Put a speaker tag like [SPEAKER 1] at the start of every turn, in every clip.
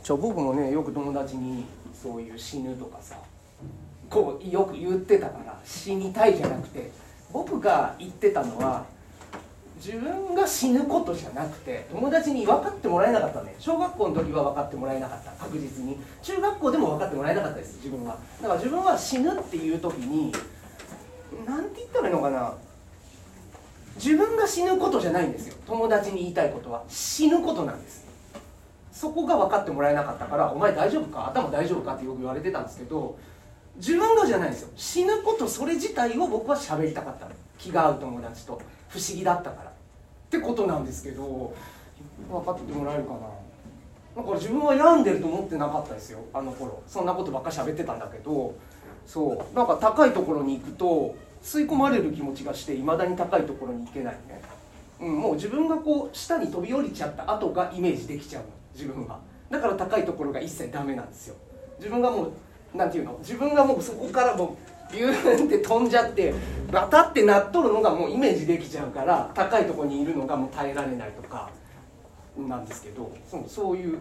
[SPEAKER 1] 僕もねよく友達にそういう死ぬとかさこうよく言ってたから、死にたいじゃなくて、僕が言ってたのは自分が死ぬことじゃなくて、友達に分かってもらえなかったね。小学校の時は分かってもらえなかった、確実に。中学校でも分かってもらえなかったです、自分は。だから自分は死ぬっていう時になんて言ったらいいのかな、自分が死ぬことじゃないんですよ。友達に言いたいことは死ぬことなんです。そこが分かってもらえなかったから、お前大丈夫か、頭大丈夫かってよく言われてたんですけど、自分がじゃないんですよ。死ぬことそれ自体を僕は喋りたかったの、気が合う友達と。不思議だったからってことなんですけど、分かってもらえるかな。だから自分は病んでると思ってなかったですよ、あの頃。そんなことばっか喋ってたんだけど、そうなんか高いところに行くと吸い込まれる気持ちがして、いまだに高いところに行けないね。もう自分がこう下に飛び降りちゃった後がイメージできちゃうの、自分は。だから高いところが一切ダメなんですよ。自分がもうなんていうの、自分がもうそこからもうビューンって飛んじゃってバタってなっとるのがもうイメージできちゃうから、高いところにいるのがもう耐えられないとかなんですけど、そういう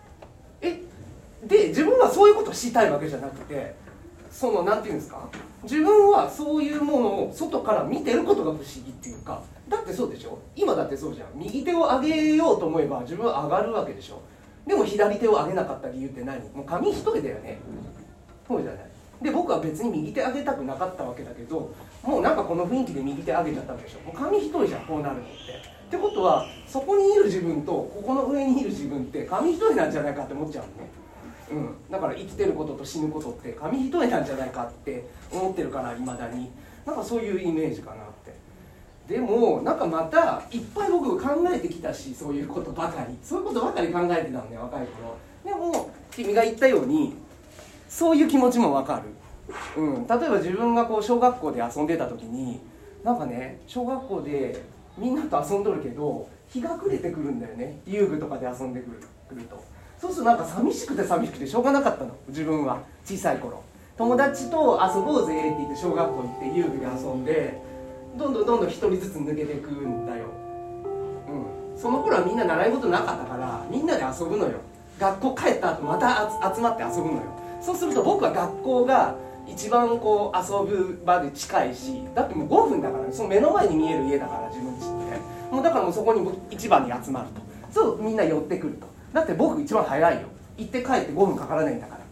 [SPEAKER 1] で自分はそういうことをしたいわけじゃなくて、なんていうんですか、自分はそういうものを外から見てることが不思議っていうか。だってそうでしょ、今だってそうじゃん。右手を上げようと思えば自分は上がるわけでしょ。でも左手を上げなかった理由って何？もう紙一重だよね。そうじゃない。で僕は別に右手上げたくなかったわけだけど、もうなんかこの雰囲気で右手上げちゃったわけでしょ。もう紙一重じゃん、こうなるのって。ってことはそこにいる自分とここの上にいる自分って紙一重なんじゃないかって思っちゃうのね。だから生きてることと死ぬことって紙一重なんじゃないかって思ってるから、いまだに。なんかそういうイメージかなって。でもなんかまたいっぱい僕考えてきたし、そういうことばかり考えてたんだよ、若い頃。でも君が言ったようにそういう気持ちもわかる。例えば自分がこう小学校で遊んでた時に、なんかね、小学校でみんなと遊んどるけど日が暮れてくるんだよね、遊具とかで遊んでくると。そうするとなんか寂しくてしょうがなかったの、自分は。小さい頃友達と遊ぼうぜって言って小学校行って遊具で遊んで、どんどん一人ずつ抜けていくんだよ。その頃はみんな習い事なかったからみんなで遊ぶのよ。学校帰った後また集まって遊ぶのよ。そうすると僕は学校が一番こう遊ぶ場で近いし、だってもう5分だからね、その目の前に見える家だから、自分家って。もうだからもうそこに一番に集まると。そうみんな寄ってくると。だって僕一番早いよ、行って帰って5分かからないんだから。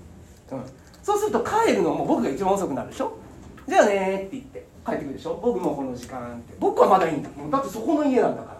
[SPEAKER 1] そうすると帰るのも僕が一番遅くなるでしょ。じゃあねって言って帰ってくるでしょ。僕もこの時間って、僕はまだいいんだもう、だってそこの家なんだから、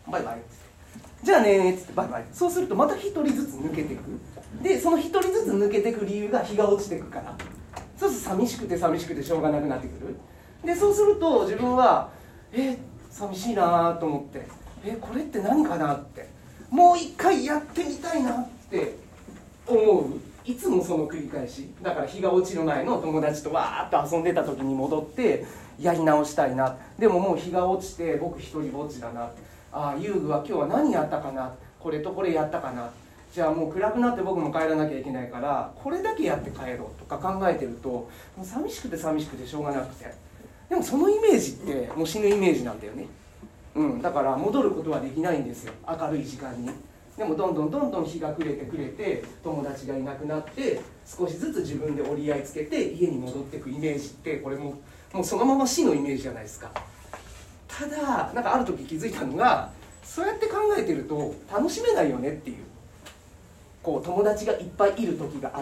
[SPEAKER 1] バイバイってじゃあねっつってバイバイ。そうするとまた一人ずつ抜けていく。でその一人ずつ抜けていく理由が日が落ちていくから。そうすると寂しくてしょうがなくなってくる。でそうすると自分は寂しいなと思って、これって何かなって、もう一回やってみたいなって思う。いつもその繰り返しだから、日が落ちる前の友達とわーっと遊んでた時に戻ってやり直したいな。でももう日が落ちて僕一人ぼっちだな。遊具は今日は何やったかな、これとこれやったかな、じゃあもう暗くなって僕も帰らなきゃいけないからこれだけやって帰ろうとか考えてると、もう寂しくてしょうがなくて。でもそのイメージってもう死ぬイメージなんだよね。だから戻ることはできないんですよ、明るい時間に。でもどんどん日が暮れて友達がいなくなって少しずつ自分で折り合いつけて家に戻っていくイメージって、これもうそのまま死のイメージじゃないですか。ただなんかある時気づいたのが、そうやって考えてると楽しめないよねっていう。こう友達がいっぱいいる時があって、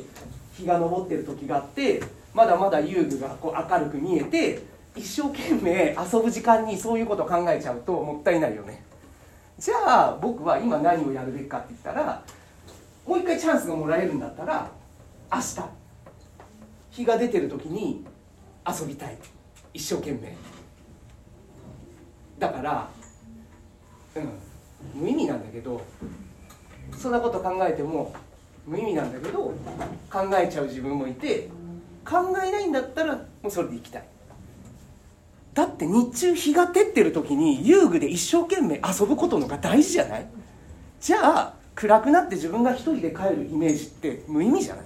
[SPEAKER 1] 日が昇ってる時があって、まだまだ遊具がこう明るく見えて、一生懸命遊ぶ時間にそういうことを考えちゃうともったいないよね。じゃあ僕は今何をやるべきかって言ったら、もう一回チャンスがもらえるんだったら明日日が出てる時に遊びたい、一生懸命。だから無意味なんだけど、そんなこと考えても無意味なんだけど考えちゃう自分もいて、考えないんだったらもうそれでいきたい。だって日中日が照ってる時に遊具で一生懸命遊ぶことのが大事じゃない？じゃあ暗くなって自分が一人で帰るイメージって無意味じゃない？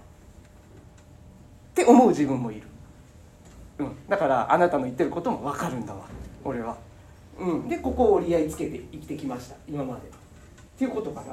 [SPEAKER 1] って思う自分もいる。だからあなたの言ってることも分かるんだわ、俺は。でここを折り合いつけて生きてきました、今まで。っていうことかな。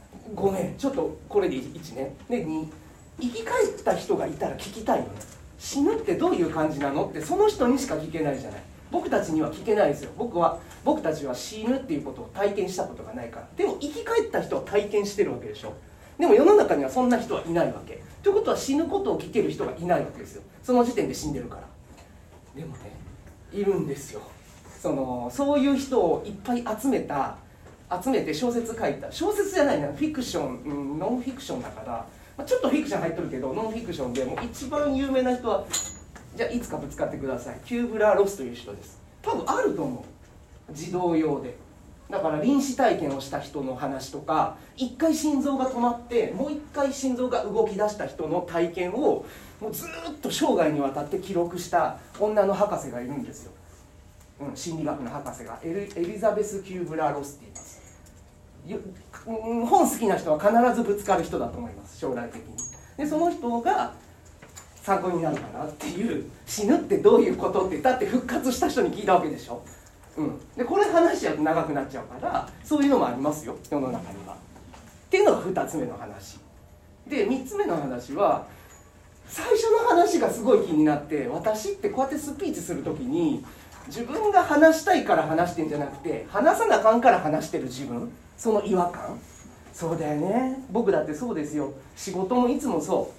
[SPEAKER 1] ごめん、ちょっとこれで1ね。で2、生き返った人がいたら聞きたいよね。死ぬってどういう感じなのってその人にしか聞けないじゃない。僕たちには聞けないですよ。僕たちは死ぬっていうことを体験したことがないから。でも生き返った人は体験してるわけでしょ。でも世の中にはそんな人はいないわけ。ということは死ぬことを聞ける人がいないわけですよ。その時点で死んでるから。でもね、いるんですよ。そういう人をいっぱい集めて小説書いた、小説じゃないな、フィクション、ノンフィクションだから、ちょっとフィクション入ってるけどノンフィクションでもう一番有名な人は、じゃあいつかぶつかってください、キューブラー・ロスという人です。多分あると思う、児童用で。だから臨死体験をした人の話とか、一回心臓が止まってもう一回心臓が動き出した人の体験をもうずっと生涯にわたって記録した女の博士がいるんですよ。心理学の博士がエリザベス・キューブラー・ロスって言います。本好きな人は必ずぶつかる人だと思います、将来的に。でその人が参考になるかなっていう、死ぬってどういうことって、だって復活した人に聞いたわけでしょ。でこれ話しちゃうと長くなっちゃうから、そういうのもありますよ、世の中には。っていうのが2つ目の話で、3つ目の話は、最初の話がすごい気になって、私ってこうやってスピーチするときに自分が話したいから話してんじゃなくて、話さなあかんから話してる自分、その違和感。そうだよね、僕だってそうですよ。仕事もいつもそう。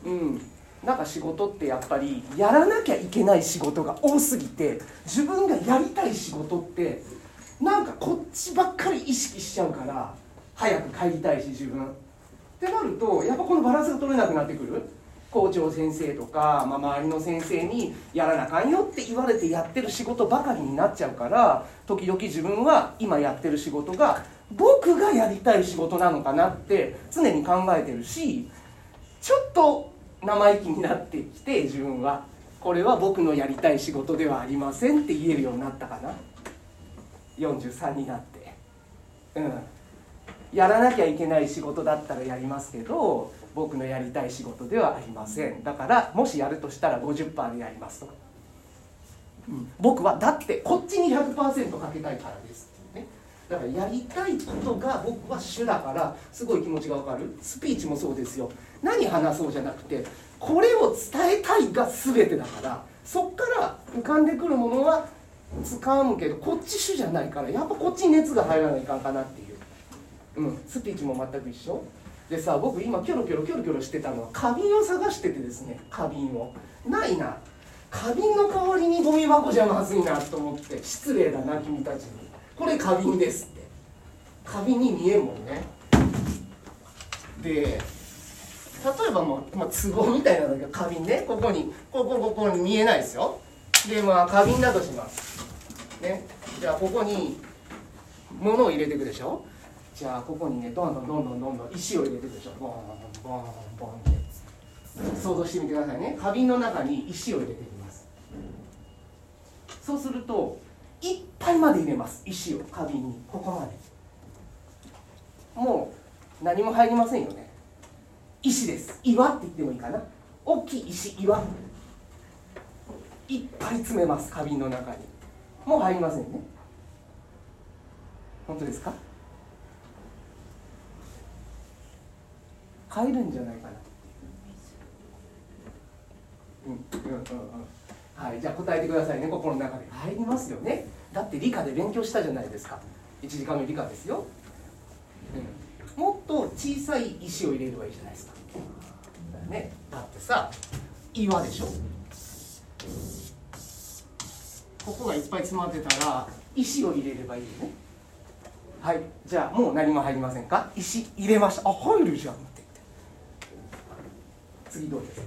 [SPEAKER 1] なんか仕事ってやっぱりやらなきゃいけない仕事が多すぎて、自分がやりたい仕事ってなんかこっちばっかり意識しちゃうから、早く帰りたいし自分ってなると、やっぱこのバランスが取れなくなってくる。校長先生とか、周りの先生にやらなあかんよって言われてやってる仕事ばかりになっちゃうから、時々自分は今やってる仕事が僕がやりたい仕事なのかなって常に考えてるし、ちょっと生意気になってきて、自分はこれは僕のやりたい仕事ではありませんって言えるようになったかな、43になって。やらなきゃいけない仕事だったらやりますけど、僕のやりたい仕事ではありません。だからもしやるとしたら 50% でやりますとか、僕はだってこっちに 100% かけたいからですってね。だからやりたいことが僕は主だから、すごい気持ちがわかる。スピーチもそうですよ。何話そうじゃなくて、これを伝えたいが全てだから、そっから浮かんでくるものは掴むけど、こっち主じゃないから、やっぱこっちに熱が入らないかんかなっていう。スピーチも全く一緒でさ、僕今キョロキョロしてたのは花瓶を探しててですね、花瓶をないな、花瓶の代わりにゴミ箱じゃまずいなと思って、失礼だな君たちに、これ花瓶ですって。花瓶に見えんもんね。で例えばもう、壺みたいなんだけど、花瓶ね、ここに見えないですよ。で花瓶だとしますね。じゃあここに物を入れていくでしょ。じゃあここにね、どんどん石を入れていくでしょ。ボンって想像してみてくださいね。花瓶の中に石を入れていきます。そうするといっぱいまで入れます、石を花瓶に。ここまでもう何も入りませんよね。石です。岩って言ってもいいかな。大きい石、岩いっぱい詰めます、花瓶の中に。もう入りませんね。本当ですか？入るんじゃないかな。はい、じゃあ答えてくださいね。心の中で入りますよね。だって理科で勉強したじゃないですか。1時間目理科ですよ。もっと小さい石を入れればいいじゃないですか。ね、だってさ、岩でしょ。ここがいっぱい詰まってたら石を入れればいいよね。はい、じゃあもう何も入りませんか？石入れました。あ、入るじゃんって言って。次どうです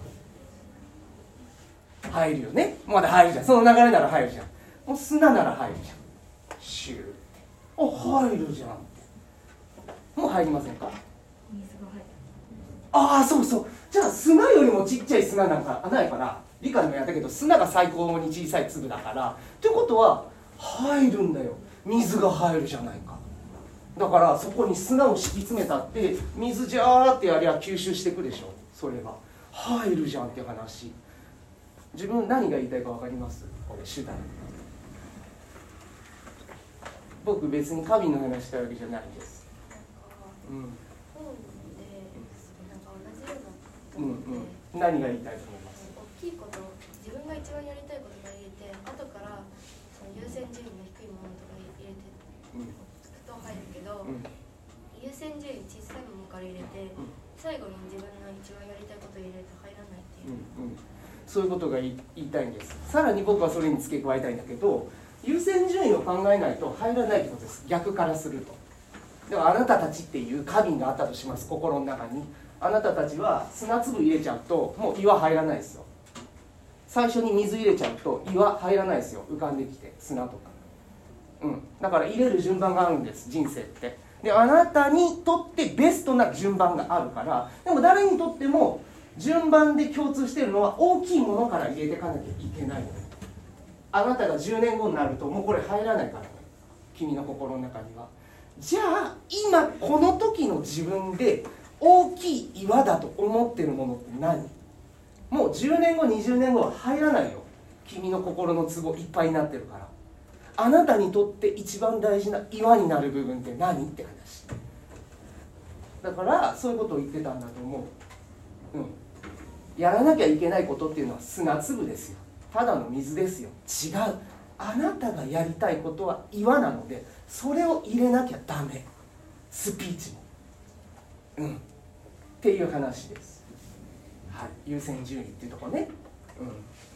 [SPEAKER 1] か？入るよね。まだ入るじゃん。その流れなら入るじゃん。もう砂なら入るじゃん。シューって。あ、入るじゃんって。もう入りませんか？
[SPEAKER 2] 水が入る。
[SPEAKER 1] ああ、そうそう。じゃあ砂よりもちっちゃい砂なんかないから、理科でもやったけど砂が最高に小さい粒だから、ってことは入るんだよ。水が入るじゃないか。だからそこに砂を敷き詰めたって水ジャーってやりゃ吸収していくでしょ。それが入るじゃんって話。自分何が言いたいか分かります？これ主題。僕別に神の話したいわけじゃないんです。
[SPEAKER 2] 本でなんか同じようなと思って、
[SPEAKER 1] 何が言いたいと思います？
[SPEAKER 2] 大きいこと、自分が一番やりたいことから入れて、後からその優先順位の低いものとか入れていくと入るけど、優先順位小さいものから入れて、最後に自分の一番やりたいことを入れると入らないっていう、
[SPEAKER 1] そういうことが言いたいんです。さらに僕はそれに付け加えたいんだけど、優先順位を考えないと入らないってことです。逆からすると。でもあなたたちっていう花瓶があったとします。心の中にあなたたちは砂粒入れちゃうともう岩入らないですよ。最初に水入れちゃうと岩入らないですよ。浮かんできて砂とか、だから入れる順番があるんです、人生って。であなたにとってベストな順番があるから。でも誰にとっても順番で共通しているのは大きいものから入れていかなきゃいけないので、あなたが10年後になるともうこれ入らないからね、君の心の中には。じゃあ今この時の自分で大きい岩だと思ってるものって何？もう10年後20年後は入らないよ。君の心の壺いっぱいになってるから。あなたにとって一番大事な岩になる部分って何って話だから、そういうことを言ってたんだと思う。やらなきゃいけないことっていうのは砂粒ですよ。ただの水ですよ。違う。あなたがやりたいことは岩なので、それを入れなきゃダメ。スピーチもっていう話です。はい、優先順位っていうところね。